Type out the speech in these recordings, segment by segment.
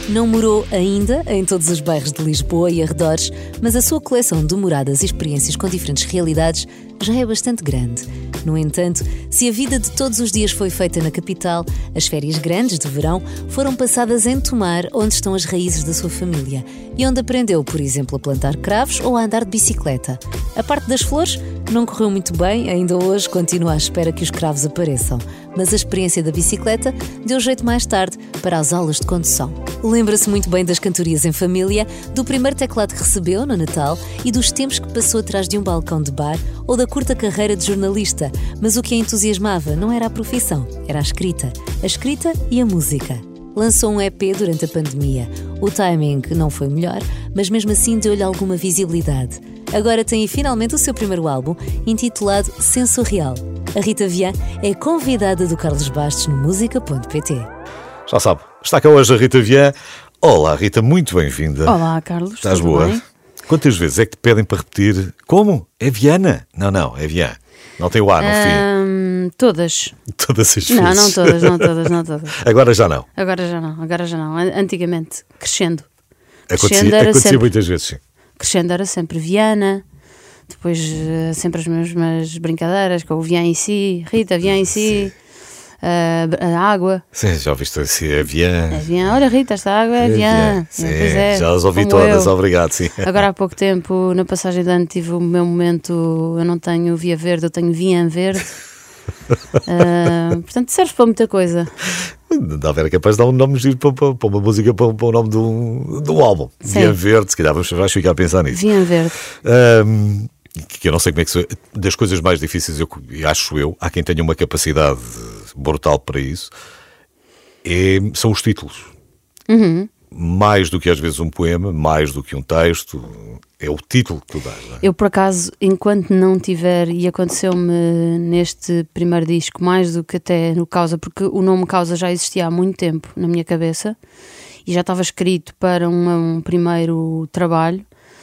Não morou ainda em todos os bairros de Lisboa e arredores, mas a sua coleção de moradas e experiências com diferentes realidades já é bastante grande. No entanto, se a vida de todos os dias foi feita na capital, as férias grandes de verão foram passadas em Tomar, onde estão as raízes da sua família e onde aprendeu, por exemplo, a plantar cravos ou a andar de bicicleta. A parte das flores não correu muito bem, ainda hoje continua à espera que os cravos apareçam, mas a experiência da bicicleta deu jeito mais tarde para as aulas de condução. Lembra-se muito bem das cantorias em família, do primeiro teclado que recebeu no Natal e dos tempos que passou atrás de um balcão de bar ou da curta carreira de jornalista, mas o que a entusiasmava não era a profissão, era a escrita e a música. Lançou um EP durante a pandemia. O timing não foi melhor, mas mesmo assim deu-lhe alguma visibilidade. Agora tem finalmente o seu primeiro álbum, intitulado Sensorial. A Rita Vian é convidada do Carlos Bastos no música.pt. Já sabe, está cá hoje a Rita Vian. Olá Rita, muito bem-vinda. Olá Carlos, estás boa? Bem? Quantas vezes é que te pedem para repetir? Como? É Viana? Não, é Vian. Não tem o A no fim. Todas. Todas as vezes. Não todas. Agora já não. Agora já não. Antigamente, crescendo. Acontecia muitas vezes, sim. Crescendo era sempre Viana, depois sempre as mesmas brincadeiras com o Vian em si, Rita, Vian em si, a água. Sim, já ouviste assim, é Vian. É Vian, olha Rita, esta água é Vian. Sim, já as ouvi todas, obrigado, sim. Agora há pouco tempo, na passagem de ano, tive o meu momento, eu não tenho Via Verde, eu tenho Vian Verde. Portanto serve para muita coisa. Dá a ver, é capaz de dar um nome giro para uma música, para o nome de um álbum. Vian Verde, se calhar vais ficar a pensar nisso. Vian Verde. Que eu não sei como é que das coisas mais difíceis, acho eu, há quem tenha uma capacidade brutal para isso, são os títulos. Uhum. Mais do que às vezes um poema, mais do que um texto, é o título que tu dás, não é? Eu, por acaso, enquanto não tiver, e aconteceu-me neste primeiro disco, mais do que até no Causa, porque o nome Causa já existia há muito tempo na minha cabeça e já estava escrito para um primeiro trabalho.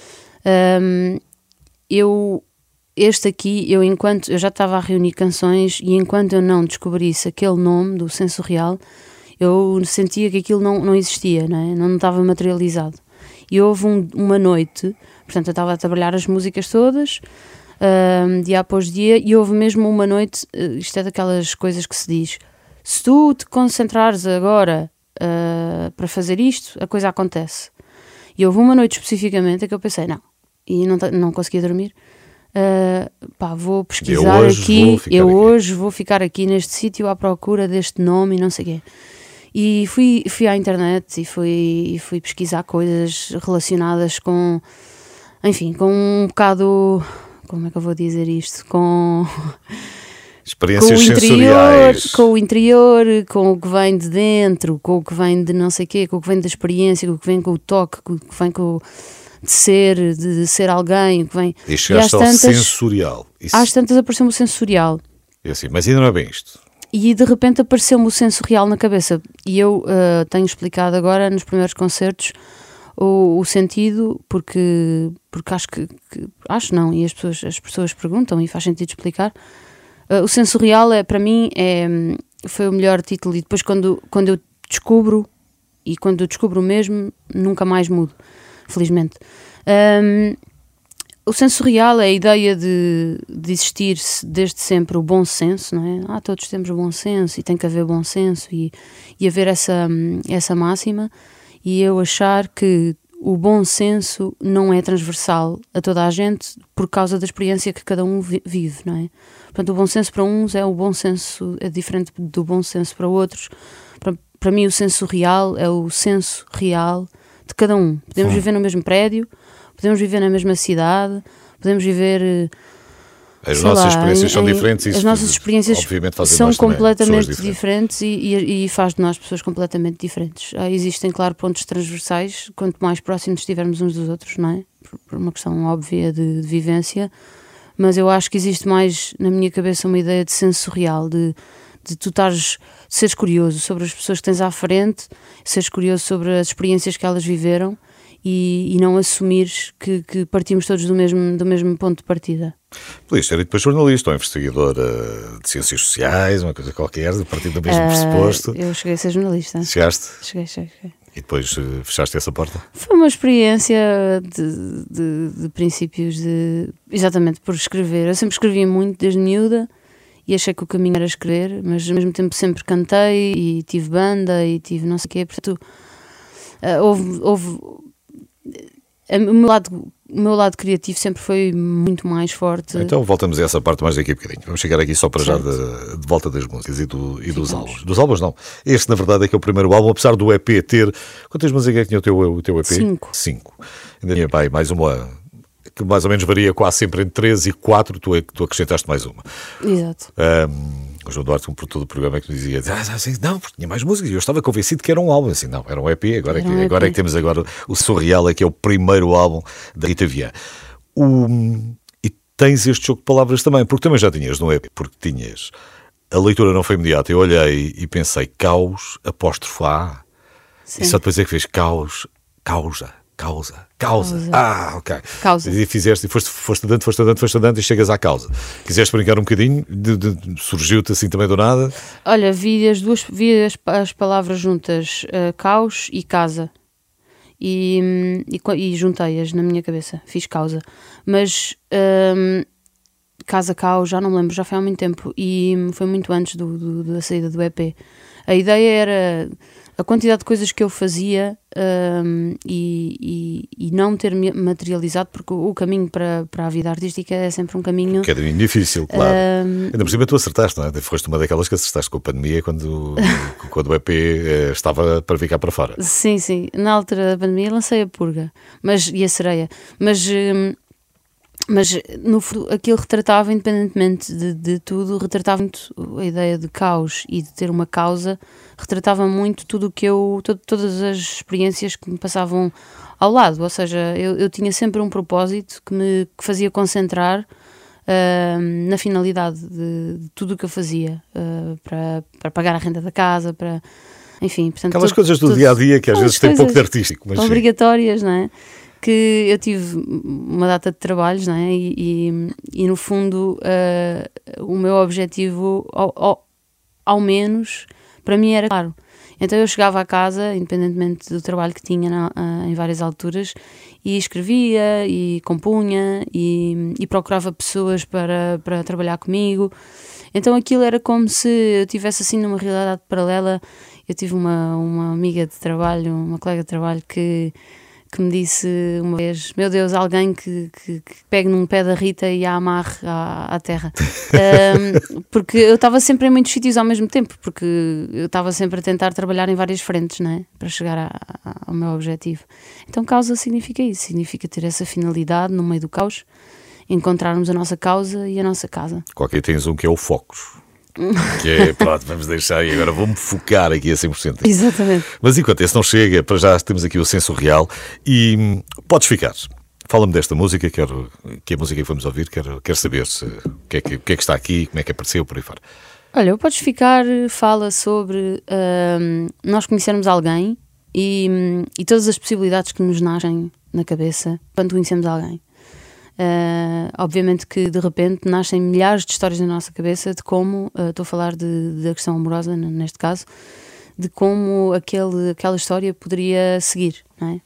Enquanto eu já estava a reunir canções e enquanto eu não descobrisse aquele nome do Sensorial, eu sentia que aquilo não existia, não estava materializado. E houve uma noite, portanto eu estava a trabalhar as músicas todas, dia após dia, e houve mesmo uma noite, isto é daquelas coisas que se diz, se tu te concentrares agora para fazer isto, a coisa acontece. E houve uma noite especificamente em que eu pensei, não, e não conseguia dormir. Vou pesquisar hoje vou ficar aqui neste sítio à procura deste nome e não sei o quê. E fui à internet e fui pesquisar coisas relacionadas com um bocado, como é que eu vou dizer isto? Com experiências sensoriais. Com o interior, com o que vem de dentro, com o que vem de não sei o quê, com o que vem da experiência, com o que vem com o toque, com o que vem com de ser alguém, o que vem. E chegaste ao sensorial. Às tantas apareceu-me o sensorial. Eu assim, mas ainda não é bem isto. E de repente apareceu-me o sensorial na cabeça. E eu tenho explicado agora nos primeiros concertos o sentido, porque acho não, e as pessoas perguntam e faz sentido explicar. O sensorial para mim foi o melhor título, e depois quando eu descubro, e quando eu descubro mesmo, nunca mais mudo, felizmente. O sensorial é a ideia de existir desde sempre o bom senso, não é? Todos temos bom senso e tem que haver bom senso e haver essa máxima, e eu achar que o bom senso não é transversal a toda a gente por causa da experiência que cada um vive, não é? Portanto, o bom senso para uns é o bom senso, é diferente do bom senso para outros. Para mim o sensorial é o senso real de cada um. Podemos viver no mesmo prédio, podemos viver na mesma cidade, podemos viver... As nossas experiências são diferentes. As nossas experiências são completamente diferentes e faz de nós pessoas completamente diferentes. Existem, claro, pontos transversais, quanto mais próximos estivermos uns dos outros, não é? Por uma questão óbvia de vivência, mas eu acho que existe mais, na minha cabeça, uma ideia de sensorial, de tu seres curioso sobre as pessoas que tens à frente, seres curioso sobre as experiências que elas viveram e não assumires que partimos todos do mesmo ponto de partida. Podias ter ido depois jornalista ou investigador de ciências sociais, uma coisa qualquer, a partir do mesmo pressuposto. Eu cheguei a ser jornalista. Chegaste? Cheguei. E depois fechaste essa porta? Foi uma experiência de princípios exatamente por escrever. Eu sempre escrevia muito desde miúda e achei que o caminho era escrever, mas ao mesmo tempo sempre cantei e tive banda e tive não sei o quê. Portanto, houve o meu lado criativo sempre foi muito mais forte. Então voltamos a essa parte mais daqui a bocadinho. Vamos chegar aqui só para já de volta das músicas e dos álbuns. Dos álbuns não. Este, na verdade, é que é o primeiro álbum, apesar do EP ter... Quantas músicas é que tinha o teu EP? 5. Ainda tinha mais uma, que mais ou menos varia quase sempre entre 3 e 4, tu acrescentaste mais uma. Exato. O João Duarte, por todo o programa, que me dizia não, porque tinha mais músicas, e eu estava convencido que era um álbum, assim, não, era um EP, agora é que temos o Surreal, que é o primeiro álbum da Rita Viana. E tens este jogo de palavras também, porque também já tinhas no EP, porque tinhas, a leitura não foi imediata, eu olhei e pensei, caos, apóstrofo A, e só depois é que fez caos, causa. Ok. Causa. E fizeste, e foste andando e chegas à causa. Quiseste brincar um bocadinho? Surgiu-te assim também do nada? Olha, vi as palavras juntas, caos e casa. E juntei-as na minha cabeça. Fiz causa. Mas casa, caos, já não me lembro, já foi há muito tempo. E foi muito antes da saída do EP. A ideia era a quantidade de coisas que eu fazia e não ter materializado, porque o caminho para a vida artística é sempre um caminho... Que é difícil, claro. Ainda por cima tu acertaste, não é? Foste uma daquelas que acertaste com a pandemia quando o EP estava para ficar para fora. Sim. Na altura da pandemia lancei a Purga e a Sereia. Mas no fundo aquilo retratava, independentemente de tudo, retratava muito a ideia de caos e de ter uma causa, retratava muito tudo o que todas as experiências que me passavam ao lado, ou seja, eu tinha sempre um propósito que me fazia concentrar na finalidade de tudo o que eu fazia, para pagar a renda da casa, para... Enfim, portanto, aquelas coisas do dia-a-dia que às vezes têm pouco de artístico, mas obrigatórias, não é? Que eu tive uma data de trabalhos, não é? E no fundo o meu objetivo, ao menos, para mim era claro. Então eu chegava à casa, independentemente do trabalho que tinha em várias alturas, e escrevia, e compunha, e procurava pessoas para trabalhar comigo. Então aquilo era como se eu estivesse assim numa realidade paralela. Eu tive uma amiga de trabalho, uma colega de trabalho que me disse uma vez, meu Deus, alguém que pegue num pé da Rita e a amarre à terra. Porque eu estava sempre em muitos sítios ao mesmo tempo, porque eu estava sempre a tentar trabalhar em várias frentes, não é? Para chegar ao meu objetivo. Então causa significa isso, significa ter essa finalidade no meio do caos, encontrarmos a nossa causa e a nossa casa. Qualquer tens um que é o Focus. Que é, pronto, vamos deixar e agora vou-me focar aqui a 100%. Exatamente. Mas enquanto esse não chega, para já temos aqui o Sensorial e podes ficar. Fala-me desta música, que é a música que vamos ouvir, quero saber o que é que está aqui, como é que apareceu, por aí fora. Olha, o Podes Ficar fala sobre nós conhecermos alguém e todas as possibilidades que nos nascem na cabeça quando conhecemos alguém. Obviamente que de repente nascem milhares de histórias na nossa cabeça de como, estou a falar da questão amorosa neste caso, de como aquela história poderia seguir, não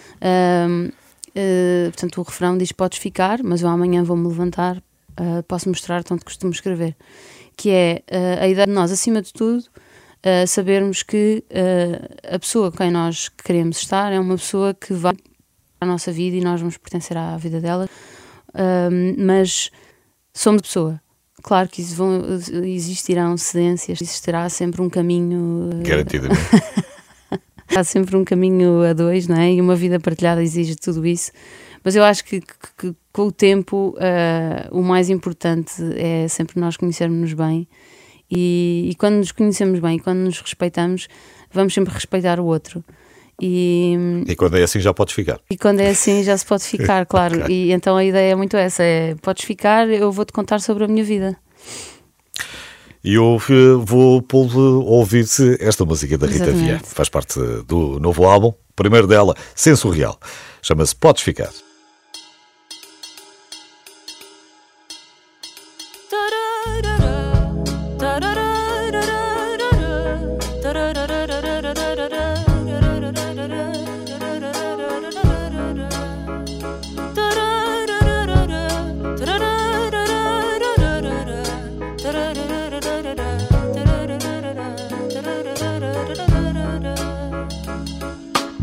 é? Portanto o refrão diz podes ficar, mas eu amanhã vou-me levantar, posso mostrar tanto costumo escrever, que é a ideia de nós, acima de tudo, sabermos que a pessoa com quem nós queremos estar é uma pessoa que vai à nossa vida e nós vamos pertencer à vida dela. Mas somos pessoa. Claro que existirão cedências, existirá sempre um caminho. Garantidamente. Há sempre um caminho a dois, não é? E uma vida partilhada exige tudo isso. Mas eu acho que com o tempo o mais importante é sempre nós conhecermos-nos bem. E quando nos conhecemos bem, quando nos respeitamos, vamos sempre respeitar o outro. E quando é assim já podes ficar. E quando é assim já se pode ficar, claro. Okay. E então a ideia é muito essa, podes ficar, eu vou-te contar sobre a minha vida. E eu vou ouvir-te esta música da Rita Viana. Faz parte do novo álbum, primeiro dela, Sensorial. Chama-se Podes Ficar.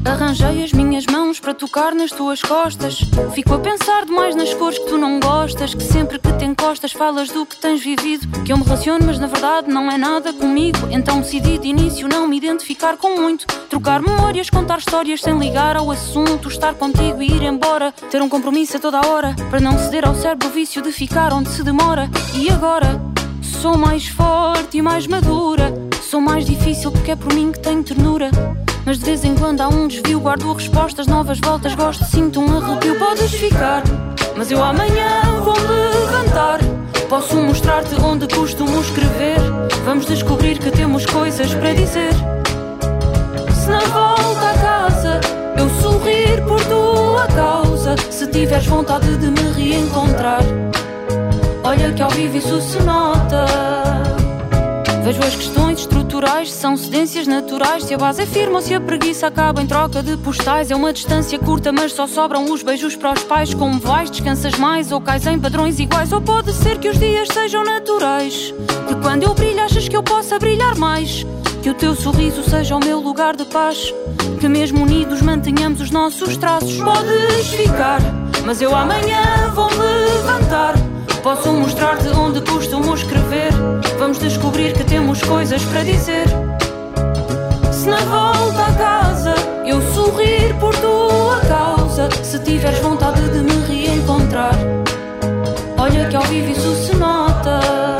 Arranjei as minhas mãos para tocar nas tuas costas. Fico a pensar demais nas cores que tu não gostas, que sempre que te encostas falas do que tens vivido. Que eu me relaciono mas na verdade não é nada comigo. Então decidi de início não me identificar com muito. Trocar memórias, contar histórias sem ligar ao assunto. Estar contigo e ir embora, ter um compromisso a toda a hora, para não ceder ao cérebro o vício de ficar onde se demora. E agora sou mais forte e mais madura. Sou mais difícil porque é por mim que tenho ternura. Mas de vez em quando há um desvio, guardo respostas, novas voltas, gosto, sinto um arrepio. Podes ficar, mas eu amanhã vou me levantar. Posso mostrar-te onde costumo escrever. Vamos descobrir que temos coisas para dizer. Se na volta a casa eu sorrir por tua causa, se tiveres vontade de me reencontrar, olha que ao vivo isso se nota. Vejo as questões estruturais, se são cedências naturais, se a base é firme ou se a preguiça acaba em troca de postais. É uma distância curta, mas só sobram os beijos para os pais. Como vais, descansas mais ou cais em padrões iguais? Ou pode ser que os dias sejam naturais, que quando eu brilho achas que eu possa brilhar mais, que o teu sorriso seja o meu lugar de paz, que mesmo unidos mantenhamos os nossos traços. Podes ficar, mas eu amanhã vou me levantar. Posso mostrar-te onde costumo escrever. Vamos descobrir que temos coisas para dizer. Se na volta a casa eu sorrir por tua causa, se tiveres vontade de me reencontrar, olha que ao vivo isso se nota.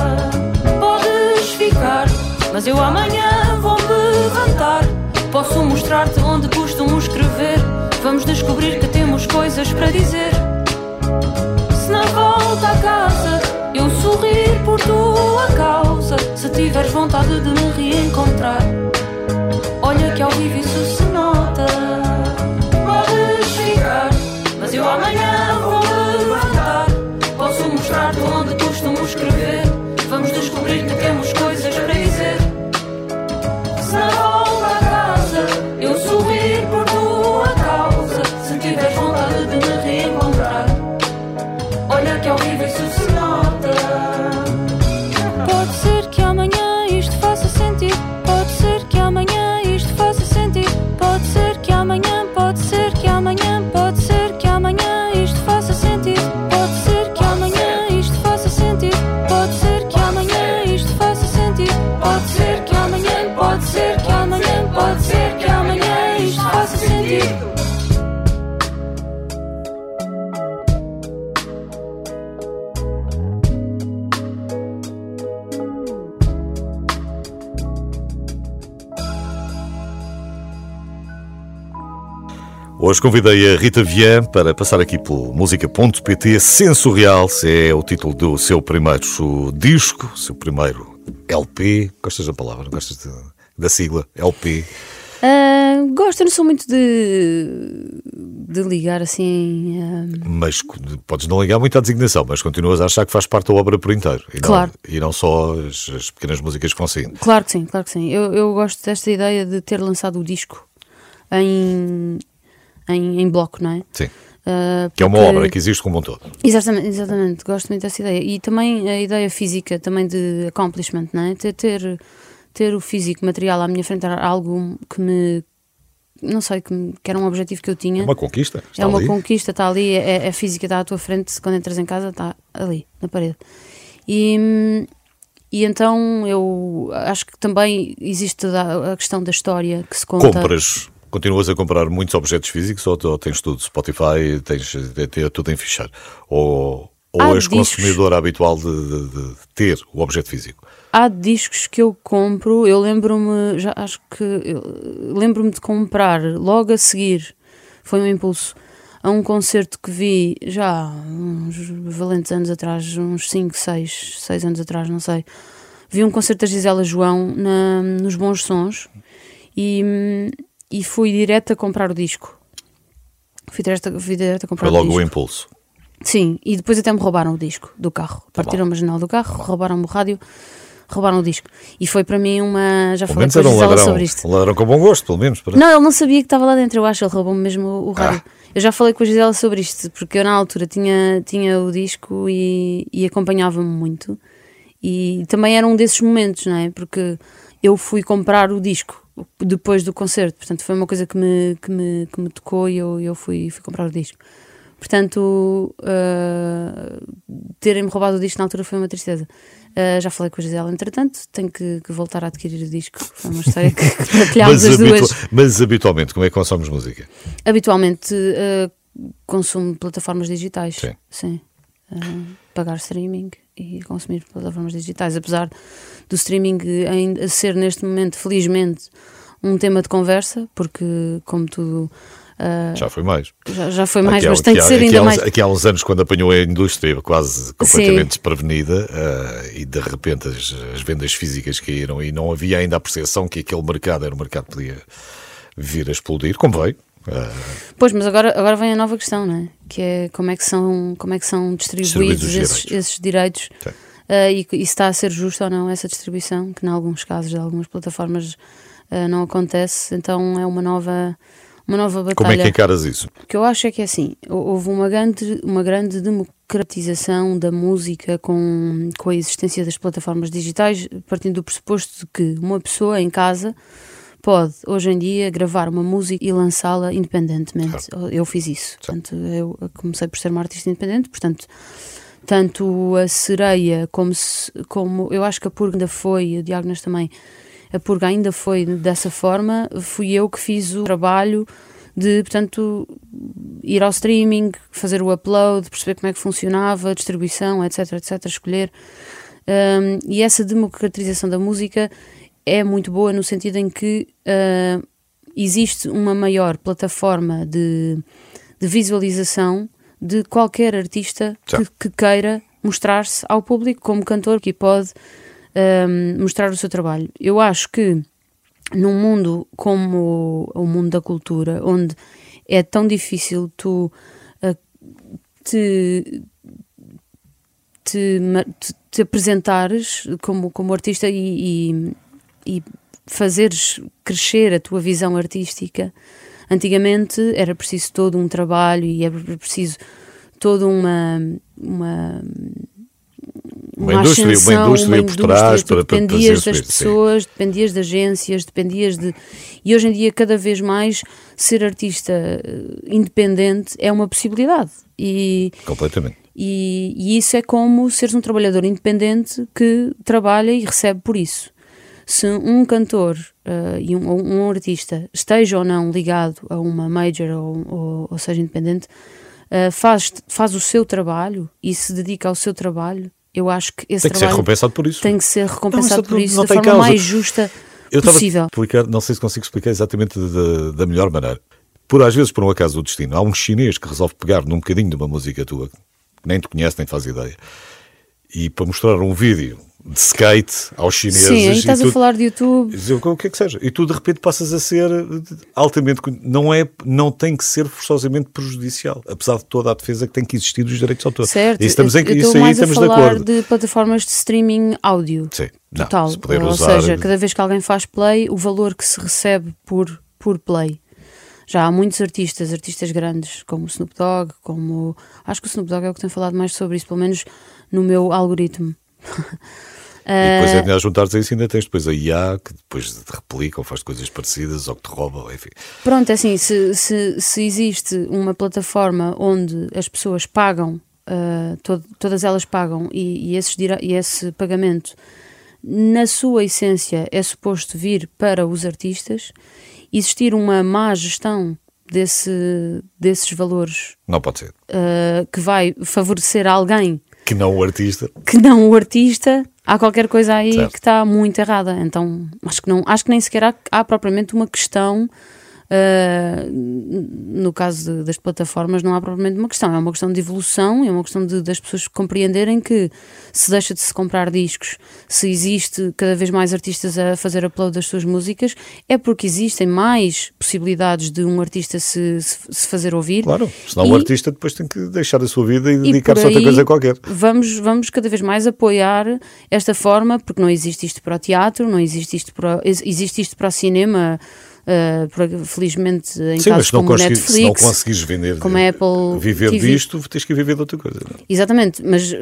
Podes ficar, mas eu amanhã vou me levantar. Posso mostrar-te onde costumo escrever. Vamos descobrir que temos coisas para dizer. Se na volta a casa eu sorrir por tua causa, se tiveres vontade de me reencontrar, olha que ao vivo isso se nota. Podes ficar, mas eu amanhã vou me levantar. Posso mostrar-te onde costumo escrever. Vamos descobrir que temos coisas para dizer. Se na volta a casa eu sorrir por tua causa, se tiveres vontade de me reencontrar, olha que ao vivo isso se nota. Pode ser que amanhã isto faça sentido. Pode ser que amanhã isto faça sentido. Pode ser que amanhã, pode ser que amanhã, pode ser que amanhã isto faça sentido. Pode ser que amanhã isto faça sentido. Pode ser que amanhã isto faça sentido. Pode ser que amanhã, pode ser que amanhã, pode ser que amanhã isto faça sentido. Hoje convidei a Rita Vian para passar aqui pelo música.pt. Sensorial é o título do seu primeiro disco, seu primeiro LP. Gostas da palavra? Gostas da sigla? LP? Gosto, não sou muito de ligar assim. Mas podes não ligar muito à designação, mas continuas a achar que faz parte da obra por inteiro. Claro. E não só as pequenas músicas que vão saindo. Claro que sim, claro que sim. Eu gosto desta ideia de ter lançado o disco em bloco, não é? Sim. Que é uma obra que existe como um todo. Exatamente. Gosto muito dessa ideia. E também a ideia física, também de accomplishment, não é? Ter o físico, material à minha frente era algo que me... Não sei, que era um objetivo que eu tinha. É uma conquista. É uma conquista, está ali, é física, está à tua frente. Quando entras em casa, está ali, na parede. E então eu acho que também existe a questão da história que se conta. Continuas a comprar muitos objetos físicos ou tens tudo Spotify, tens tudo em ficheiro? Ou és consumidor habitual de ter o objeto físico? Há discos que eu compro, eu lembro-me de comprar logo a seguir, foi um impulso, a um concerto que vi já uns valentes anos atrás, uns 5, 6 anos atrás, não sei. Vi um concerto da Gisela João nos Bons Sons e fui direto a comprar o disco. Fui direto a comprar o disco. Foi logo o impulso. Sim, e depois até me roubaram o disco do carro. Partiram-me a janela do carro, roubaram-me o rádio, roubaram o disco. E foi para mim uma... Já falei com a Gisela sobre isto. Um ladrão com bom gosto, pelo menos. Não, ele não sabia que estava lá dentro, eu acho. Ele roubou-me mesmo o rádio. Eu já falei com a Gisela sobre isto, porque eu na altura tinha o disco e acompanhava-me muito. E também era um desses momentos, não é? Porque eu fui comprar o disco depois do concerto. Portanto, foi uma coisa que me tocou e eu fui comprar o disco. Portanto, terem-me roubado o disco na altura foi uma tristeza. Já falei com a Gisela, entretanto, tenho que voltar a adquirir o disco. Foi uma história que partilhámos as duas. Mas habitualmente, como é que consomes música? Habitualmente consumo plataformas digitais. Sim. Pagar streaming e consumir plataformas digitais. Apesar do streaming ainda ser neste momento, felizmente, um tema de conversa, porque como tudo... já foi mais. Já foi mais, mas tem que ser ainda mais. Aqui há uns anos, quando apanhou a indústria quase completamente desprevenida, e de repente as vendas físicas caíram e não havia ainda a percepção que aquele mercado era um mercado que podia vir a explodir, como veio. Pois, mas agora vem a nova questão, não é? Que é como é que são distribuídos esses direitos. E se está a ser justo ou não essa distribuição, que em alguns casos de algumas plataformas não acontece. Então é uma nova batalha. Como é que encaras isso? O que eu acho é que é assim, houve uma grande democratização da música com a existência das plataformas digitais, partindo do pressuposto de que uma pessoa em casa pode, hoje em dia, gravar uma música e lançá-la independentemente. Eu fiz isso. Portanto, eu comecei por ser uma artista independente, portanto, tanto a Sereia como eu acho que a Purga ainda foi, o Diágonas também, a Purga ainda foi dessa forma, fui eu que fiz o trabalho de, portanto, ir ao streaming, fazer o upload, perceber como é que funcionava, a distribuição, etc, escolher. E essa democratização da música é muito boa no sentido em que existe uma maior plataforma de visualização de qualquer artista que queira mostrar-se ao público como cantor, que pode mostrar o seu trabalho. Eu acho que num mundo como o mundo da cultura, onde é tão difícil tu te apresentares como artista e fazeres crescer a tua visão artística. Antigamente era preciso todo um trabalho e era preciso toda uma indústria por trás, tu dependias das pessoas, dependias de agências, e hoje em dia cada vez mais ser artista independente é uma possibilidade. Completamente. E isso é como seres um trabalhador independente que trabalha e recebe por isso. Se um cantor e um artista esteja ou não ligado a uma major ou seja independente, faz o seu trabalho e se dedica ao seu trabalho, eu acho que esse trabalho tem que ser recompensado por isso. Tem que ser recompensado por isso da forma causa. Mais justa possível. Não sei se consigo explicar exatamente da melhor maneira. Às vezes, por um acaso do destino, há um chinês que resolve pegar num bocadinho de uma música tua, que nem te conhece, nem te faz ideia, e para mostrar um vídeo de skate aos chineses. Sim, aí estás a falar de YouTube. O que é que seja. E tu de repente passas a ser altamente... Não tem que ser forçosamente prejudicial, apesar de toda a defesa que tem que existir dos direitos de autor. Certo, eu estou mais a falar de plataformas de streaming áudio. Sim, total. Se puder ou usar... seja, cada vez que alguém faz play, o valor que se recebe por play. Já há muitos artistas grandes, como o Snoop Dogg, acho que o Snoop Dogg é o que tem falado mais sobre isso, pelo menos no meu algoritmo. E depois a juntar-te a isso ainda tens depois a IA que depois te replica ou faz coisas parecidas ou que te rouba, enfim. Pronto, é assim, se existe uma plataforma onde as pessoas pagam, todas elas pagam e esse pagamento na sua essência é suposto vir para os artistas, existir uma má gestão desses valores não pode ser que vai favorecer alguém que não o artista, há qualquer coisa aí que está muito errada. Então acho que nem sequer há propriamente uma questão. No caso das plataformas não há propriamente uma questão, é uma questão de evolução, é uma questão das pessoas compreenderem que se deixa de se comprar discos, se existe cada vez mais artistas a fazer upload das suas músicas, é porque existem mais possibilidades de um artista se fazer ouvir. Claro, senão o artista depois tem que deixar a sua vida e dedicar-se a outra coisa qualquer. Vamos cada vez mais apoiar esta forma, porque não existe isto para o teatro, não existe isto existe isto para o cinema. Felizmente em casos como Netflix, se não conseguires vender, como a Apple viver TV. Disto, tens que viver de outra coisa, não? Exatamente, mas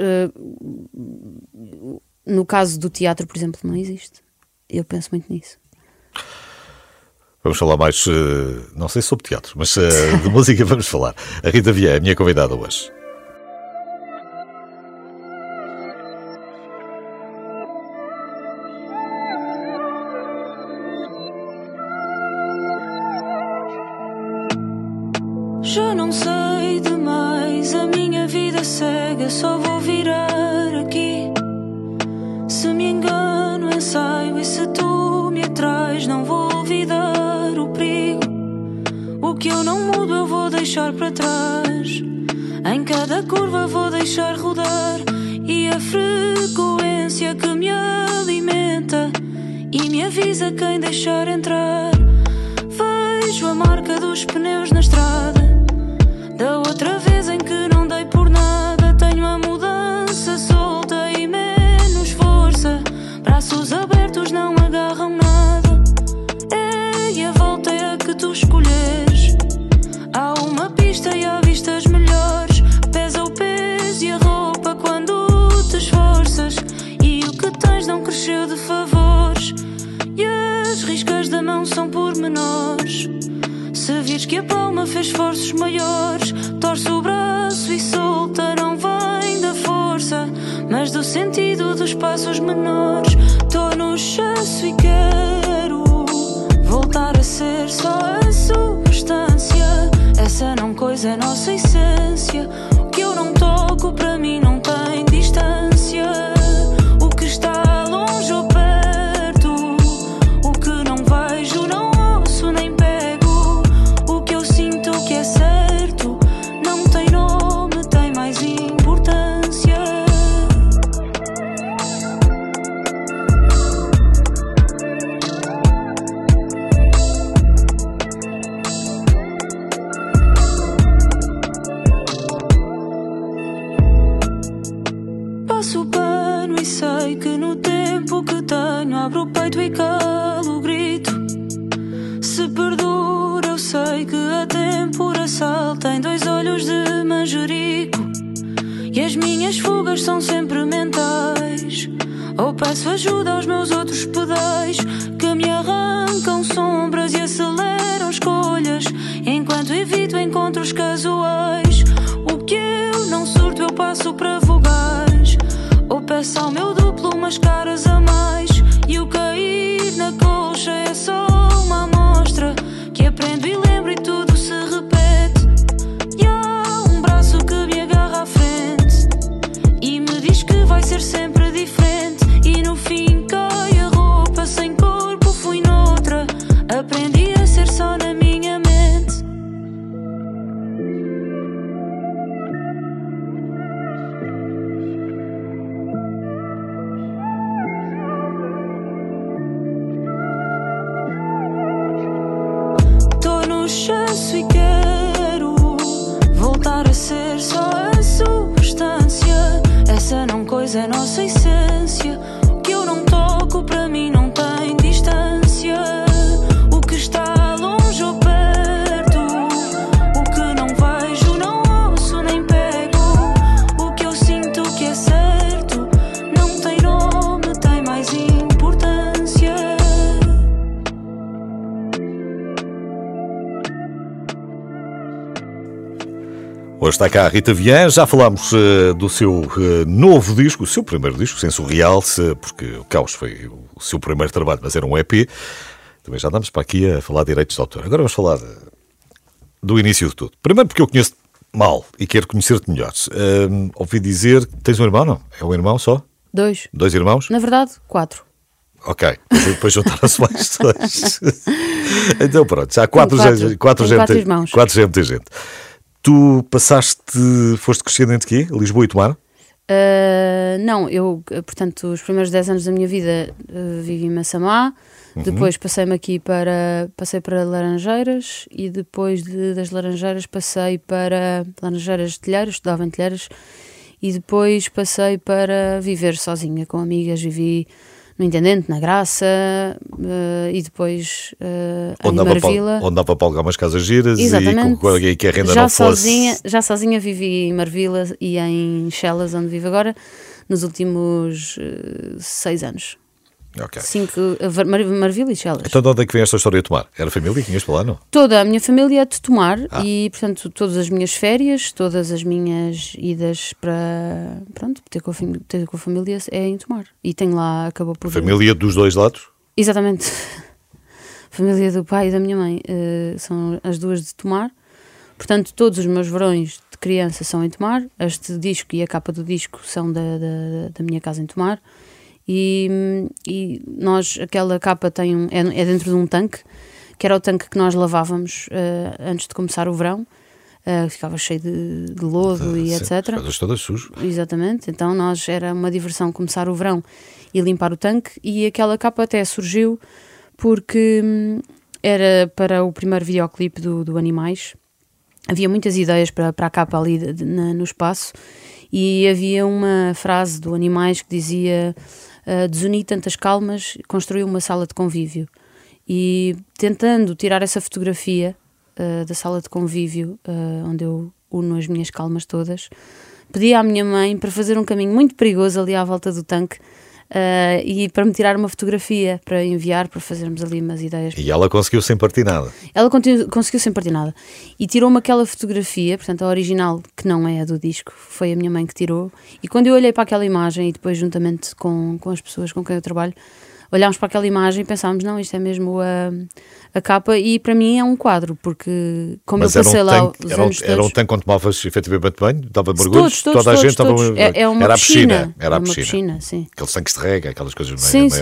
no caso do teatro, por exemplo, não existe. Eu penso muito nisso. Vamos falar mais, não sei sobre teatro, mas de música vamos falar. A Rita Vié é a minha convidada hoje. Já não sei demais, a minha vida cega, só vou virar aqui. Se me engano, ensaio, e se tu me atrás, não vou olvidar o perigo. O que eu não mudo, eu vou deixar para trás. Em cada curva vou deixar rodar. E a frequência que me alimenta e me avisa quem deixar entrar. Vejo a marca dos pneus na estrada, da outra vez em que não dei por nada. Tenho a mudança solta e menos força. Braços abertos não agarram nada. E a volta é a que tu escolheres. Há uma pista e há vistas melhores. Pesa o peso e a roupa quando te esforças. E o que tens não cresceu de favores. E as riscas da mão são pormenores. Se vires que a palma fez esforços maiores, torce o braço e solta. Não vem da força, mas do sentido dos passos menores. Tô no excesso e quero voltar a ser só a substância. Essa não coisa é nossa essência. O que eu não toco para mim não tem distância. O que está longe ou perto, o que não vejo não ouço nem pego. O que eu sinto que é certo não tem nome, tem mais importância. Passo o pano e sei que no tempo que tenho abro o peito e calo o grito. Se perdura eu sei que a temperação tem dois olhos de manjerico. E as minhas fugas são sempre mentais. Ou peço ajuda aos meus outros pedais, que me arrancam sombras e aceleram escolhas, enquanto evito encontros casuais. O que eu não surto eu passo para vogais. Ou peço ao meu duplo umas caras a mais. E o cair na colcha é só uma amostra que aprendo e lembro e tudo se repete. E há um braço que me agarra à frente e me diz que vai ser sempre diferente. E no fim cai a roupa sem corpo, fui noutra. Aprendi a ser só na minha mente. Tô no excesso e quero voltar a ser só a substância. Essa não coisa é nossa essência. O que eu não toco para mim não tem distância. O que está longe ou perto, o que não vejo não ouço nem pego. O que eu sinto que é certo não tem nome, tem mais importância. Hoje está cá a Rita Vié, já falámos do seu novo disco, o seu primeiro disco, Sensorial, porque o Caos foi o seu primeiro trabalho, mas era um EP. Também já andamos para aqui a falar de direitos de autor. Agora vamos falar do início de tudo. Primeiro porque eu conheço-te mal e quero conhecer-te melhor. Ouvi dizer que tens um irmão, não? É um irmão só? Dois. Dois irmãos? Na verdade, 4. Ok, depois juntaram-se mais dois. Então pronto, já há quatro irmãos. Quatro já é muita gente. Tu foste crescendo entre aqui, Lisboa e Tomar? Não, eu, portanto, os primeiros 10 anos da minha vida vivi em Massamá. Depois passei para Laranjeiras e depois das Laranjeiras passei para Laranjeiras de Telheiras, estudava em Telheiras, e depois passei para viver sozinha com amigas. Vivi no Intendente, na Graça, e depois em Marvila. Onde dava para alugar umas casas giras. Exatamente. E que a renda não fosse... Já sozinha vivi em Marvila e em Chelas, onde vivo agora, nos últimos 6 anos. Ok. Marvila e Chelas. Então de onde é que vem esta história de Tomar? Era a família que tinhas para lá, não? Toda a minha família é de Tomar e, portanto, todas as minhas férias, todas as minhas idas para, pronto, ter com a família é em Tomar. E tenho lá, acabou por... Família dos dois lados? Exatamente. Família do pai e da minha mãe são as duas de Tomar. Portanto, todos os meus verões de criança são em Tomar. Este disco e a capa do disco são da minha casa em Tomar. E nós, aquela capa é dentro de um tanque, que era o tanque que nós lavávamos antes de começar o verão. Ficava cheio de lodo e etc. As todas sujas. Exatamente. Então era uma diversão começar o verão e limpar o tanque. E aquela capa até surgiu porque era para o primeiro videoclipe do Animais. Havia muitas ideias para a capa ali no espaço e havia uma frase do Animais que dizia: desuni tantas calmas, construí uma sala de convívio. E tentando tirar essa fotografia da sala de convívio, onde eu uno as minhas calmas todas, pedi à minha mãe para fazer um caminho muito perigoso ali à volta do tanque e para me tirar uma fotografia, para enviar, para fazermos ali umas ideias. E ela conseguiu sem partir nada. Ela conseguiu sem partir nada. E tirou-me aquela fotografia, portanto a original, que não é a do disco, foi a minha mãe que tirou. E quando eu olhei para aquela imagem e depois juntamente com as pessoas com quem eu trabalho, olhámos para aquela imagem e pensámos, não, isto é mesmo a capa, e para mim é um quadro, porque como mas eu passei lá os anos todos... Era um tanque quando tomavas efetivamente banho? Dava mergulhos? Toda a gente todos. Estava... Era uma piscina. Era a uma piscina. Piscina, sim. Aqueles tanques de rega, aquelas coisas maiores.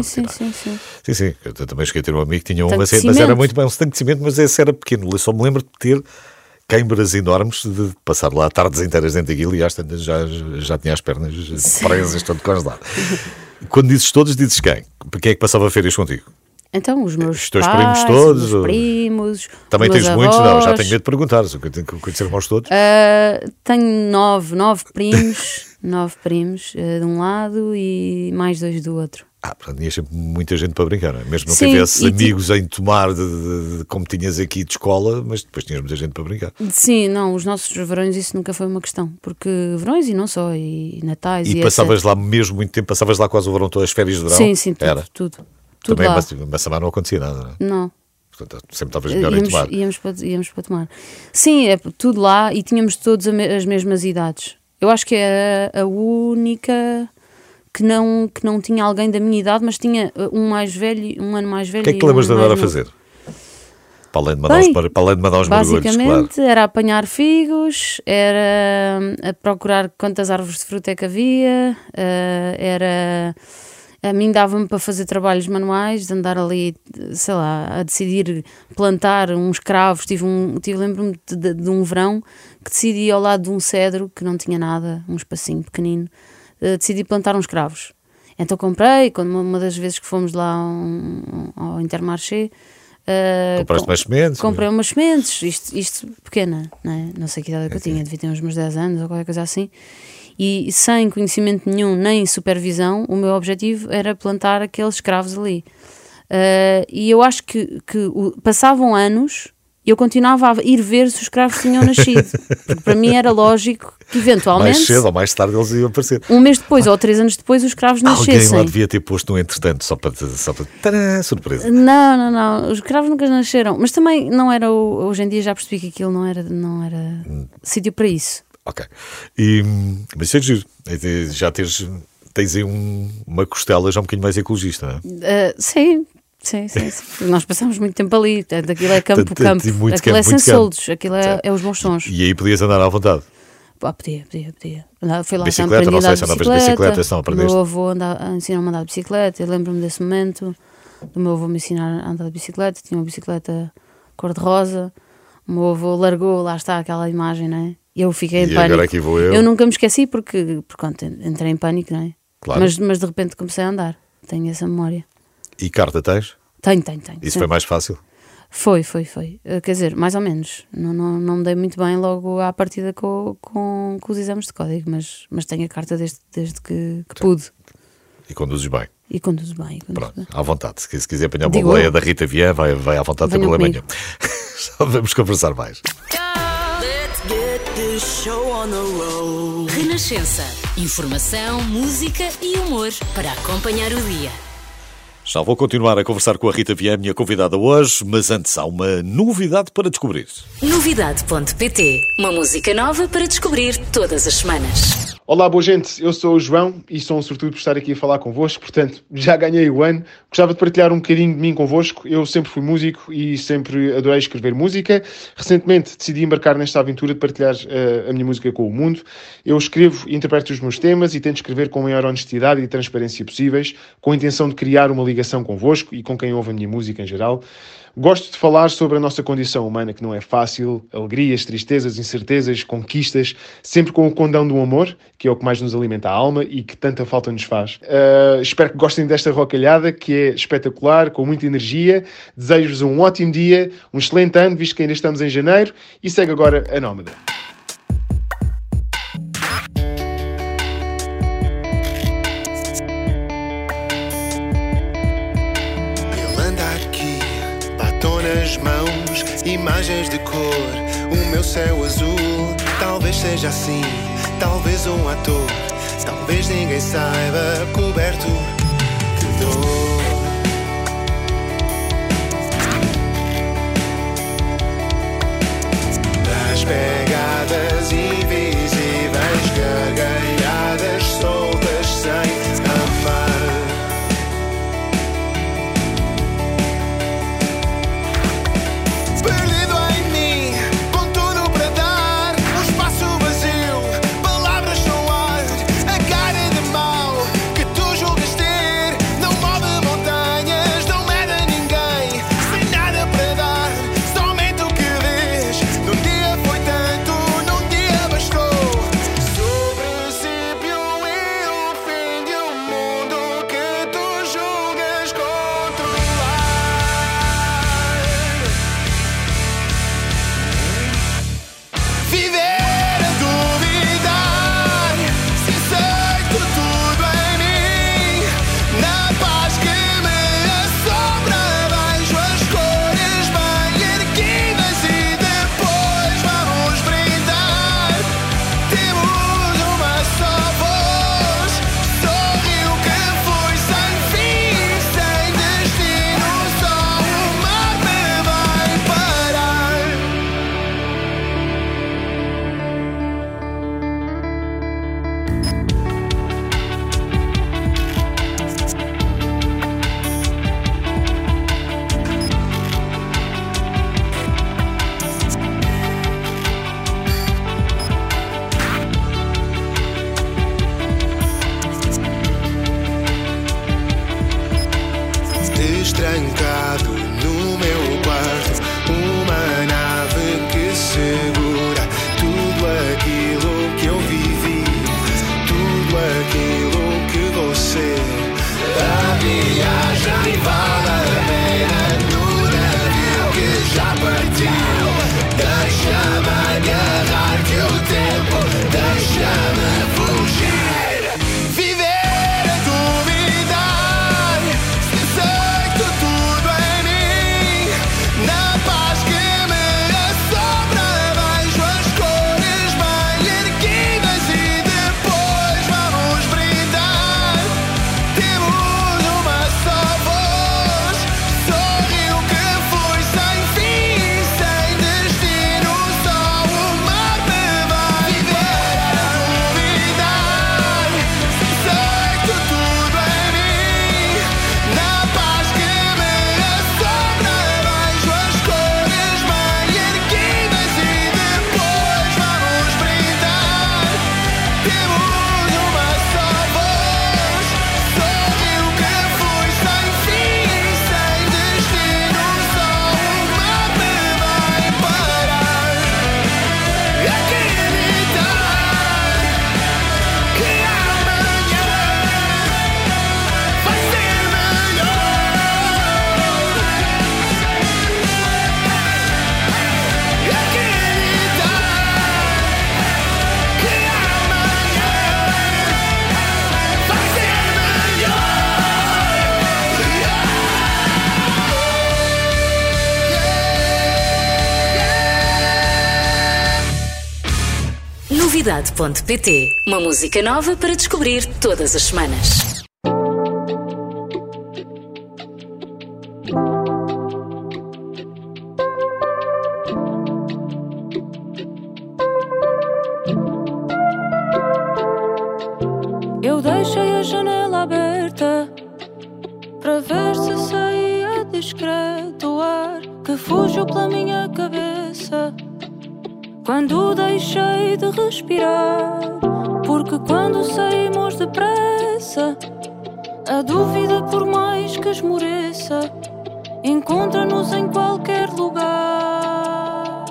Sim. Eu também cheguei a ter um amigo que tinha uma, mas era muito bem um tanque de cimento, mas esse era pequeno. Eu só me lembro de ter queimbras enormes, de passar lá tardes inteiras dentro daquilo e às tantas já tinha as pernas presas, todo congelado. Quando dizes todos, dizes quem? Quem é que passava férias contigo? Então, os meus teus pais, primos todos? Os meus primos. Também os tens meus muitos? avós. Não, já tenho medo de perguntar. Tenho que conhecer irmãos todos. Tenho nove primos, 9 primos de um lado e mais 2 do outro. Portanto, tinhas sempre muita gente para brincar, não é? Mesmo não tivesses amigos em Tomar, como tinhas aqui de escola, mas depois tinhas muita gente para brincar. Sim, não, os nossos verões isso nunca foi uma questão, porque verões e não só, e natais e passavas lá mesmo muito tempo, passavas lá quase o verão, todas as férias de verão? Sim, tudo também lá. Mas também não acontecia nada, não é? Não. Portanto, sempre estavas melhor em Tomar. Íamos para Tomar. Sim, é tudo lá e tínhamos todos as mesmas idades. Eu acho que era a única... Que não tinha alguém da minha idade, mas tinha um ano mais velho. O que é que te lembras de andar a fazer? Para além de mandar os mergulhos, basicamente, claro. era apanhar figos, era a procurar quantas árvores de fruta é que havia, a mim dava-me para fazer trabalhos manuais, de andar ali, sei lá, a decidir plantar uns cravos. Lembro-me de um verão que decidi ao lado de um cedro que não tinha nada, um espacinho pequenino. Decidi plantar uns cravos. Então comprei, uma das vezes que fomos lá ao Intermarché, compraste umas sementes? Comprei umas sementes, isto pequena, não é? Não sei que idade que eu tinha, devia ter uns meus 10 anos ou qualquer coisa assim, e sem conhecimento nenhum, nem supervisão, o meu objetivo era plantar aqueles cravos ali. E eu acho que passavam anos e eu continuava a ir ver se os cravos tinham nascido, porque para mim era lógico que eventualmente... Mais cedo ou mais tarde eles iam aparecer. Um mês depois ou 3 anos depois os cravos nascessem. Alguém lá devia ter posto um entretanto, só para tadã, surpresa. Não, os cravos nunca nasceram, mas também não era, hoje em dia já percebi que aquilo não era sítio para isso. Ok, mas isso é giro, já tens aí uma costela já um bocadinho mais ecologista, não é? Sim. Nós passamos muito tempo ali, aquilo é campo. Aquilo é sem soldos, aquilo é os bons sons. E aí podias andar à vontade? Podia. Fui lá bicicleta, não sei se andavas de bicicleta, se não aprendeste. O meu avô ensinou-me a andar de bicicleta, eu lembro-me desse momento, do meu avô me ensinar a andar de bicicleta, tinha uma bicicleta cor-de-rosa, o meu avô largou, lá está aquela imagem, não é? E eu fiquei em pânico. Agora aqui vou eu. Eu nunca me esqueci porque entrei em pânico, não é? Claro. Mas de repente comecei a andar, tenho essa memória. E carta tens? Tenho. Isso foi mais fácil? Foi. Quer dizer, mais ou menos. Não me dei muito bem logo à partida com os exames de código, mas tenho a carta desde que pude. E conduzes bem? E conduzo bem. Pronto, à vontade. Se quiser apanhar uma boleia da Rita Vian, vai à vontade, sem problema nenhum. Só vamos conversar mais. Renascença. Informação, música e humor para acompanhar o dia. Já vou continuar a conversar com a Rita Viana, minha convidada hoje, mas antes há uma novidade para descobrir. Novidade.pt. Uma música nova para descobrir todas as semanas. Olá, boa gente, eu sou o João e sou um sortudo por estar aqui a falar convosco, portanto, já ganhei o ano. Gostava de partilhar um bocadinho de mim convosco. Eu sempre fui músico e sempre adorei escrever música. Recentemente decidi embarcar nesta aventura de partilhar a minha música com o mundo. Eu escrevo e interpreto os meus temas e tento escrever com a maior honestidade e transparência possíveis, com a intenção de criar uma ligação convosco e com quem ouve a minha música em geral. Gosto de falar sobre a nossa condição humana, que não é fácil, alegrias, tristezas, incertezas, conquistas, sempre com o condão do amor, que é o que mais nos alimenta a alma e que tanta falta nos faz. Espero que gostem desta rocalhada, que é espetacular, com muita energia. Desejo-vos um ótimo dia, um excelente ano, visto que ainda estamos em janeiro, e segue agora a Nómada. Nas mãos, imagens de cor, o meu céu azul. Talvez seja assim, talvez um ator, talvez ninguém saiba, coberto de dor. Das pegadas invisíveis, gargalhadas soltas sem amar. Trancado no meu quarto, uma nave que segura tudo aquilo que eu vivi, tudo aquilo que vou ser. A viagem vale a pena no navio que já partiu. Deixa-me agarrar que o tempo deixa-me fugir. Novidade.pt. Uma música nova para descobrir todas as semanas. deixei a janela aberta para ver se saía discreto o ar que fugiu pela minha cabeça quando deixei de respirar. Porque quando saímos depressa, a dúvida, por mais que esmoreça, encontra-nos em qualquer lugar.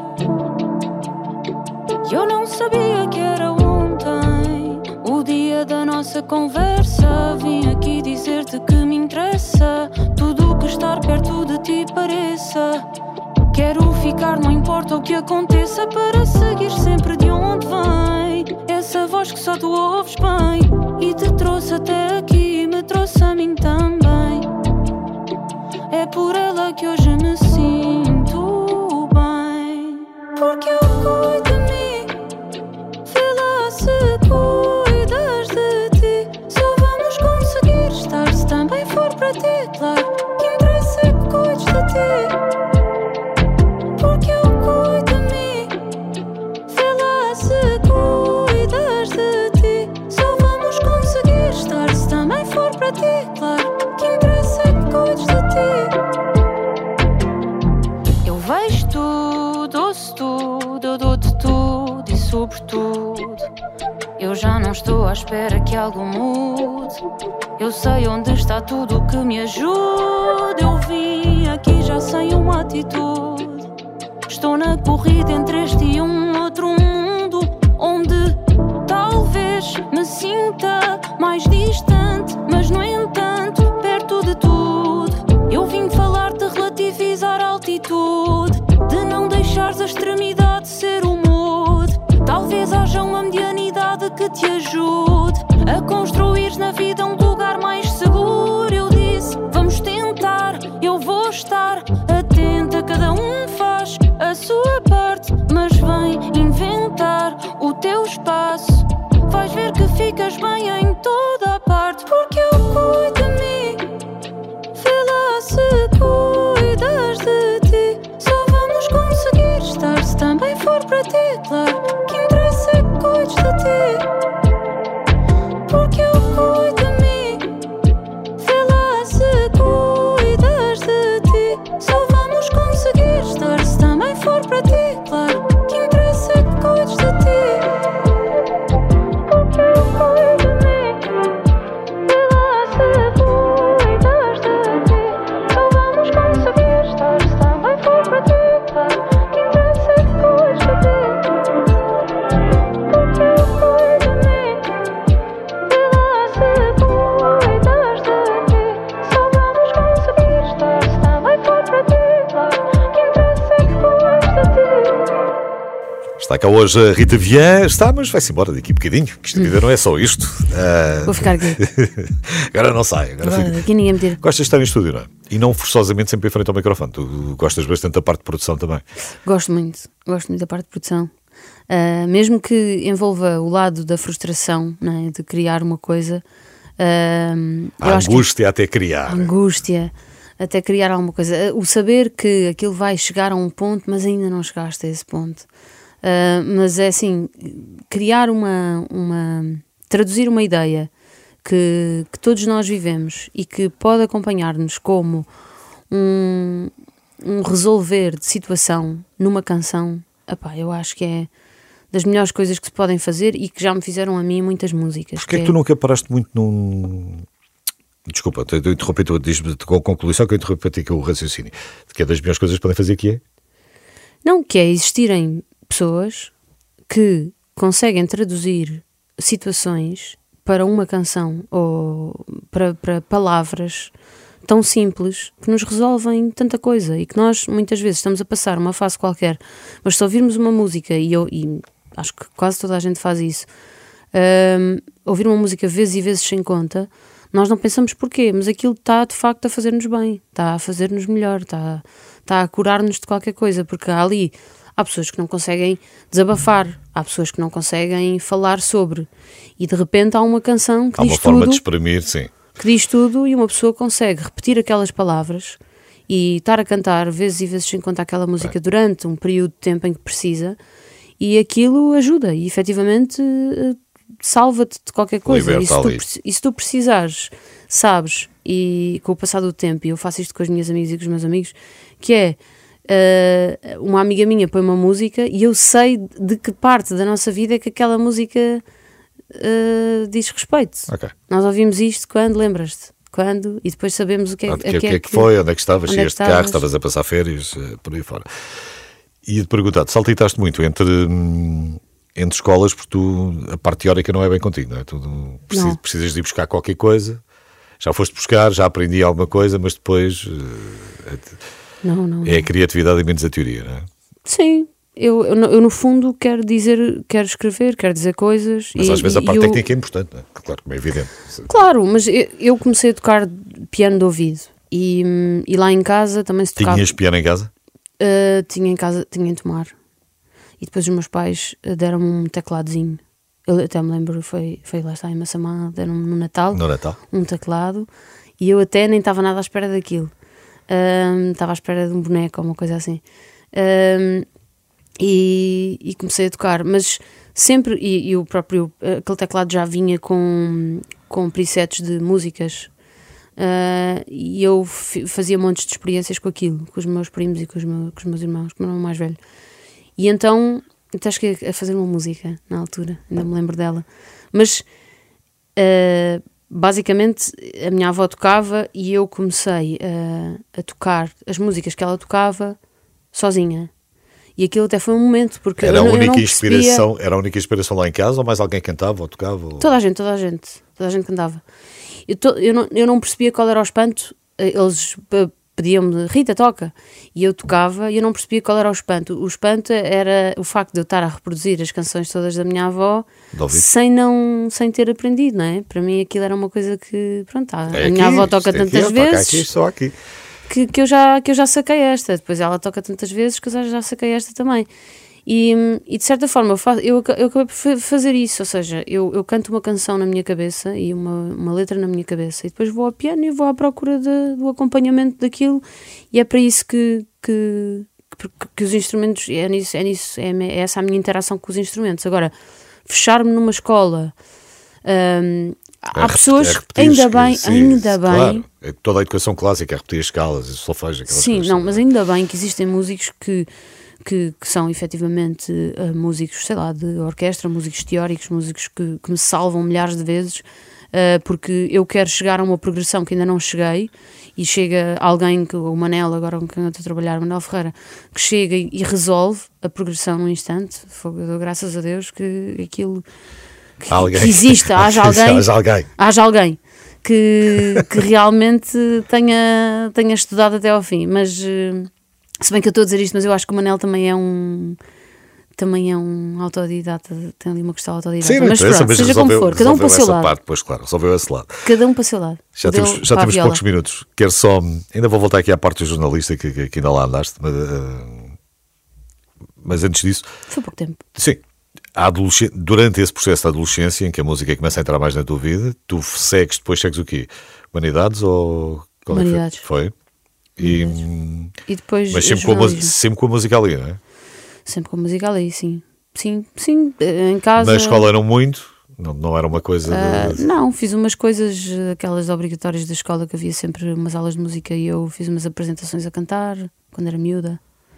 Eu não sabia que era ontem o dia da nossa conversa. Vim aqui dizer-te que me interessa tudo o que estar perto de ti pareça. Quero ficar, não importa o que aconteça, para seguir sempre de onde vem essa voz que só tu ouves bem. E te trouxe até aqui, me trouxe a mim também. É por ela que hoje me sinto bem. Porque eu cuido de mim, vê lá se cuidas de ti. Só vamos conseguir estar se também for para ti. Claro que interessa é que cuides de ti. Porque eu cuido de mim, vê lá se cuidas de ti. Só vamos conseguir estar se também for para ti. Claro que interessa é que cuides de ti. Eu vejo tudo, ouço tudo, eu dou-te tudo e sobretudo. Eu já não estou à espera que algo mude. Eu sei onde está tudo o que me ajuda. Eu vim aqui já sem uma atitude. Estou na corrida entre este e um outro mundo, onde talvez me sinta mais distante, mas no entanto perto de tudo. Eu vim falar de relativizar a altitude, de não deixares a extremidade ser o mood. Talvez haja uma medianidade que te ajude a construir na vida um lugar mais seguro. Eu disse, vamos tentar, eu vou estar atenta, cada um faz a sua parte, mas vem inventar o teu espaço. Vais ver que ficas bem em toda a parte. Porque eu cuido de mim, vê lá se cuidas de ti. Só vamos conseguir estar se também for para ti. Claro que interessa é que cuides de ti. Porque eu cuido de mim, vê lá se cuidas de ti. Só vamos conseguir estar se também for para ti. Claro que interessa é que cuides de ti. Porque eu cuido de mim, vê lá se cuidas de ti. Só vamos conseguir estar se também for para ti. Claro que interessa é que cuides de ti. Porque eu cuido de mim, vê lá se cuidas de ti. Só vamos conseguir estar se também for para ti. Claro que interessa é que cuides de ti. Está cá hoje a Rita Vian, está, mas vai-se embora daqui a bocadinho, que isto vida não é só isto. Vou ficar aqui. Agora não sai. Agora fica. Aqui ninguém me tira. Gostas de estar em estúdio, não é? E não forçosamente sempre em frente ao microfone. Tu gostas bastante da parte de produção também. Gosto muito da parte de produção. Mesmo que envolva o lado da frustração, não é? De criar uma coisa. A angústia até criar. A angústia até criar alguma coisa. O saber que aquilo vai chegar a um ponto, mas ainda não chegaste a esse ponto. Mas é assim, criar traduzir uma ideia que todos nós vivemos e que pode acompanhar-nos como um resolver de situação numa canção, eu acho que é das melhores coisas que se podem fazer e que já me fizeram a mim muitas músicas. Porquê é que tu nunca paraste muito num... Desculpa, eu interrompi, tu diz-me com a conclusão que eu interrompi aqui o raciocínio, que é das melhores coisas que podem fazer, que é? Não, que é existirem pessoas que conseguem traduzir situações para uma canção ou para palavras tão simples que nos resolvem tanta coisa e que nós muitas vezes estamos a passar uma fase qualquer, mas se ouvirmos uma música, e acho que quase toda a gente faz isso, ouvir uma música vezes e vezes sem conta, nós não pensamos porquê, mas aquilo está de facto a fazer-nos bem, está a fazer-nos melhor, está a curar-nos de qualquer coisa, porque há pessoas que não conseguem desabafar, há pessoas que não conseguem falar sobre, e de repente há uma canção que diz tudo. Há uma forma de exprimir, sim. Que diz tudo e uma pessoa consegue repetir aquelas palavras e estar a cantar vezes e vezes sem contar aquela música durante um período de tempo em que precisa, e aquilo ajuda, e efetivamente salva-te de qualquer coisa. E se tu precisares, sabes, e com o passar do tempo, e eu faço isto com as minhas amigas e com os meus amigos, que é uma amiga minha põe uma música e eu sei de que parte da nossa vida é que aquela música diz respeito. Okay. Nós ouvimos isto quando, lembras-te? Quando, e depois sabemos o que é que foi, onde é que estavas, chegaste de carro, estavas a passar férias, por aí fora. E ia-te perguntar, saltitaste muito entre escolas, porque tu, a parte teórica não é bem contigo, não é? Tu precisas de ir buscar qualquer coisa, já foste buscar, já aprendi alguma coisa, mas depois não. É a criatividade e menos a teoria, não é? Sim. Eu no fundo quero escrever, quero dizer coisas. Mas às vezes a parte técnica é importante, não é? Claro, como é evidente. Claro, mas eu comecei a tocar piano de ouvido e lá em casa também se tocava. Tinhas piano em casa? Tinha em casa, tinha em Tomar. E depois os meus pais deram-me um tecladozinho. Eu até me lembro, foi lá está em Massamá, deram-me no Natal. No Natal? Um teclado. E eu até nem estava nada à espera daquilo. Estava à espera de um boneco ou uma coisa assim. E comecei a tocar, mas sempre, e o próprio, aquele teclado já vinha com presets de músicas, e eu fazia montes de experiências com aquilo, com os meus primos e com os meus irmãos, com o meu irmão mais velho. E então até cheguei a fazer uma música na altura, ainda me lembro dela, mas basicamente a minha avó tocava e eu comecei a tocar as músicas que ela tocava sozinha. E aquilo até foi um momento, porque era eu a única percebia... Era a única inspiração lá em casa, ou mais alguém cantava ou tocava? Ou... Toda a gente cantava. Eu não percebia qual era o espanto. Eles pediam-me, Rita, toca, e eu tocava e eu não percebia qual era o espanto. O espanto era o facto de eu estar a reproduzir as canções todas da minha avó sem ter aprendido, não é? Para mim aquilo era uma coisa que, pronto, a minha avó toca tantas vezes. Toca aqui, só aqui. Que eu já saquei esta, depois ela toca tantas vezes que eu já saquei esta também. E de certa forma eu acabei por fazer isso, ou seja, eu canto uma canção na minha cabeça e uma letra na minha cabeça e depois vou ao piano e vou à procura do acompanhamento daquilo, e é para isso que os instrumentos, é essa a minha interação com os instrumentos. Agora, fechar-me numa escola... há pessoas, ainda bem, claro, toda a educação clássica é repetir as escalas, os solfejos, aquelas sim, coisas. Não, mas ainda bem que existem músicos que são efetivamente músicos, sei lá, de orquestra, músicos teóricos, músicos que me salvam milhares de vezes, porque eu quero chegar a uma progressão que ainda não cheguei, e chega alguém, o Manel, agora com quem eu estou a trabalhar, o Manel Ferreira, que chega e resolve a progressão num instante. Eu dou graças a Deus que aquilo... Que exista, haja alguém que realmente tenha estudado até ao fim. Mas se bem que eu estou a dizer isto, mas eu acho que o Manel também é um autodidata, tem ali uma questão autodidata. Sim, mas pronto, seja como for, cada um para o seu lado. Parte, pois claro, resolveu esse lado. Cada um para o seu lado. Já temos poucos minutos. Quero só, ainda vou voltar aqui à parte do jornalista que ainda lá andaste, mas antes disso... Foi pouco tempo. Sim. Durante esse processo da adolescência em que a música começa a entrar mais na tua vida, tu segues o quê? Humanidades ou... Humanidades. Foi? E depois mas sempre com a música ali, não é? Sempre com a música ali, sim. Sim, em casa... Na escola eram muito? Não era uma coisa... Não, fiz umas coisas, aquelas obrigatórias da escola, que havia sempre umas aulas de música, e eu fiz umas apresentações a cantar, quando era miúda.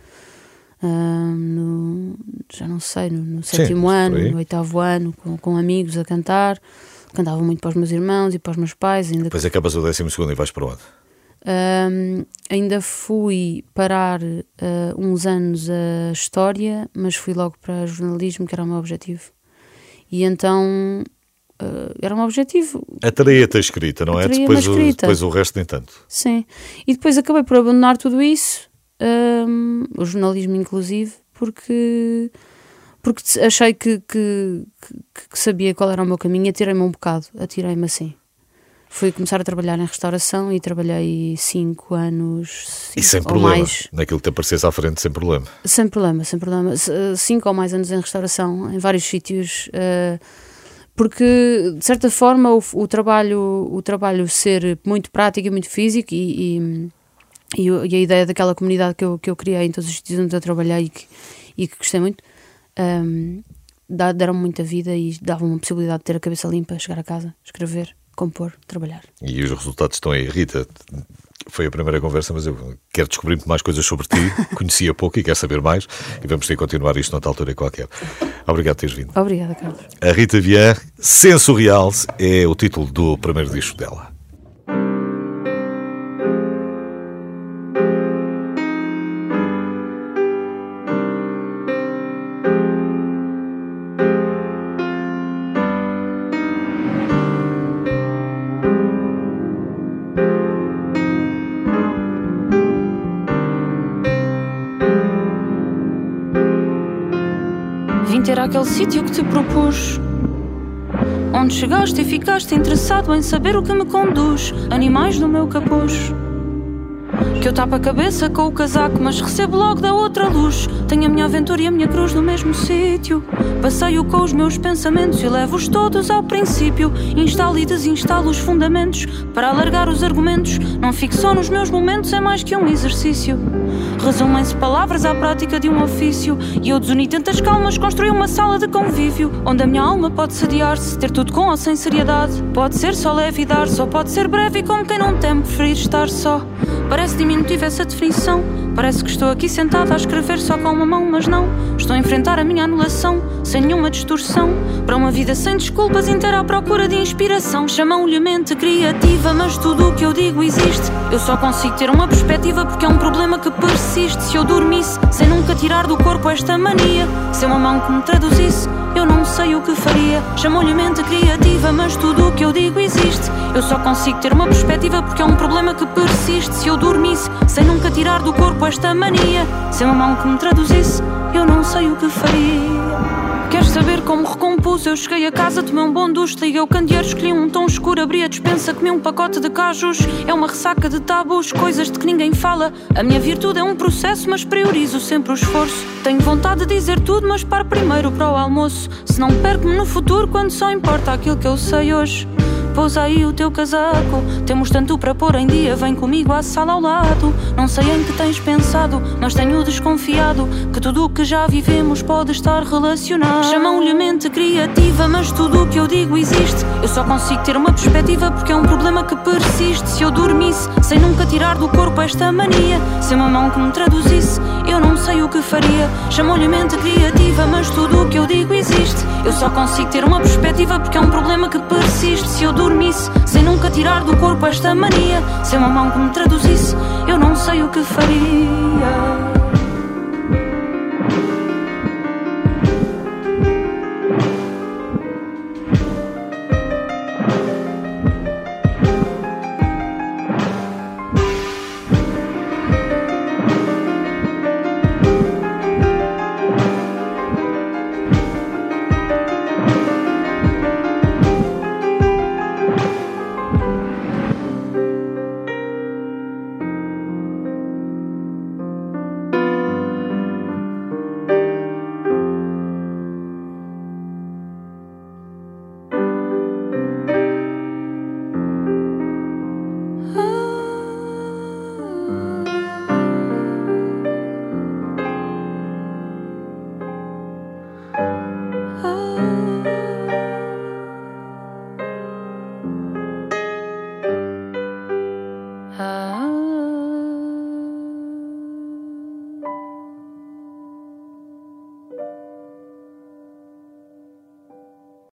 Já não sei, no 7º ano, no 8º ano, com amigos a cantar. Cantava muito para os meus irmãos e para os meus pais. Depois acabas o 12º e vais para onde? Ainda fui parar uns anos a História, mas fui logo para jornalismo, que era o meu objetivo. E então era um objetivo. Atraía-te a escrita, não é? Depois o resto nem tanto. Sim. E depois acabei por abandonar tudo isso, o jornalismo inclusive, porque achei que sabia qual era o meu caminho, atirei-me um bocado, assim. Fui começar a trabalhar em restauração e trabalhei 5 anos e sem problema, mais. Naquilo que te aparecesse à frente, sem problema. Sem problema. 5 ou mais anos em restauração, em vários sítios, porque de certa forma o trabalho ser muito prático e muito físico, e a ideia daquela comunidade que eu criei em todos os sítios onde eu trabalhei e que gostei muito, deram-me muita vida e davam-me a possibilidade de ter a cabeça limpa, chegar a casa, escrever, compor, trabalhar. E os resultados estão aí. Rita, foi a primeira conversa, mas eu quero descobrir muito mais coisas sobre ti. Conhecia pouco e quero saber mais. E vamos ter que continuar isto noutra altura qualquer. Obrigado por teres vindo. Obrigada, Carlos. A Rita Vian, Sensorial, é o título do primeiro disco dela. Vim ter àquele sítio que te propus, onde chegaste e ficaste interessado em saber o que me conduz. Animais no meu capuz, que eu tapo a cabeça com o casaco, mas recebo logo da outra luz. Tenho a minha aventura e a minha cruz no mesmo sítio. Passeio com os meus pensamentos e levo-os todos ao princípio. Instalo e desinstalo os fundamentos para alargar os argumentos. Não fico só nos meus momentos, é mais que um exercício. Resumem-se palavras à prática de um ofício. E eu desuni tantas calmas, construí uma sala de convívio, onde a minha alma pode sediar-se, ter tudo com ou sem seriedade. Pode ser só leve e dar, só pode ser breve e como quem não tem preferir estar só. Parece diminutivo essa definição. Parece que estou aqui sentada a escrever só com uma mão, mas não. Estou a enfrentar a minha anulação, sem nenhuma distorção, para uma vida sem desculpas, inteira à procura de inspiração. Chamam-lhe mente criativa, mas tudo o que eu digo existe. Eu só consigo ter uma perspectiva porque é um problema que persiste. Se eu dormisse, sem nunca tirar do corpo esta mania, sem uma mão que me traduzisse, eu não sei o que faria. Chamam-lhe mente criativa, mas tudo o que eu digo existe. Eu só consigo ter uma perspectiva porque é um problema que persiste. Se eu dormisse, sem nunca tirar do corpo esta mania, sem uma mão que me traduzisse, eu não sei o que faria. Queres saber como recompus? Eu cheguei a casa, tomei um bom duche, liguei o candeeiro, escolhi um tom escuro, abri a despensa, comi um pacote de cajus. É uma ressaca de tabus, coisas de que ninguém fala. A minha virtude é um processo, mas priorizo sempre o esforço. Tenho vontade de dizer tudo, mas paro primeiro para o almoço. Se não perco-me no futuro, quando só importa aquilo que eu sei hoje. Pousa aí o teu casaco, temos tanto para pôr em dia, vem comigo à sala ao lado. Não sei em que tens pensado, mas tenho desconfiado que tudo o que já vivemos pode estar relacionado. Chamam-lhe mente criativa, mas tudo o que eu digo existe. Eu só consigo ter uma perspectiva porque é um problema que persiste. Se eu dormisse, sem nunca tirar do corpo esta mania, sem uma mão que me traduzisse, eu não sei o que faria. Chamam-lhe mente criativa, mas tudo o que eu digo existe. Eu só consigo ter uma perspectiva porque é um problema que persiste. Se eu dormisse, sem nunca tirar do corpo esta mania, sem uma mão que me traduzisse, eu não sei o que faria.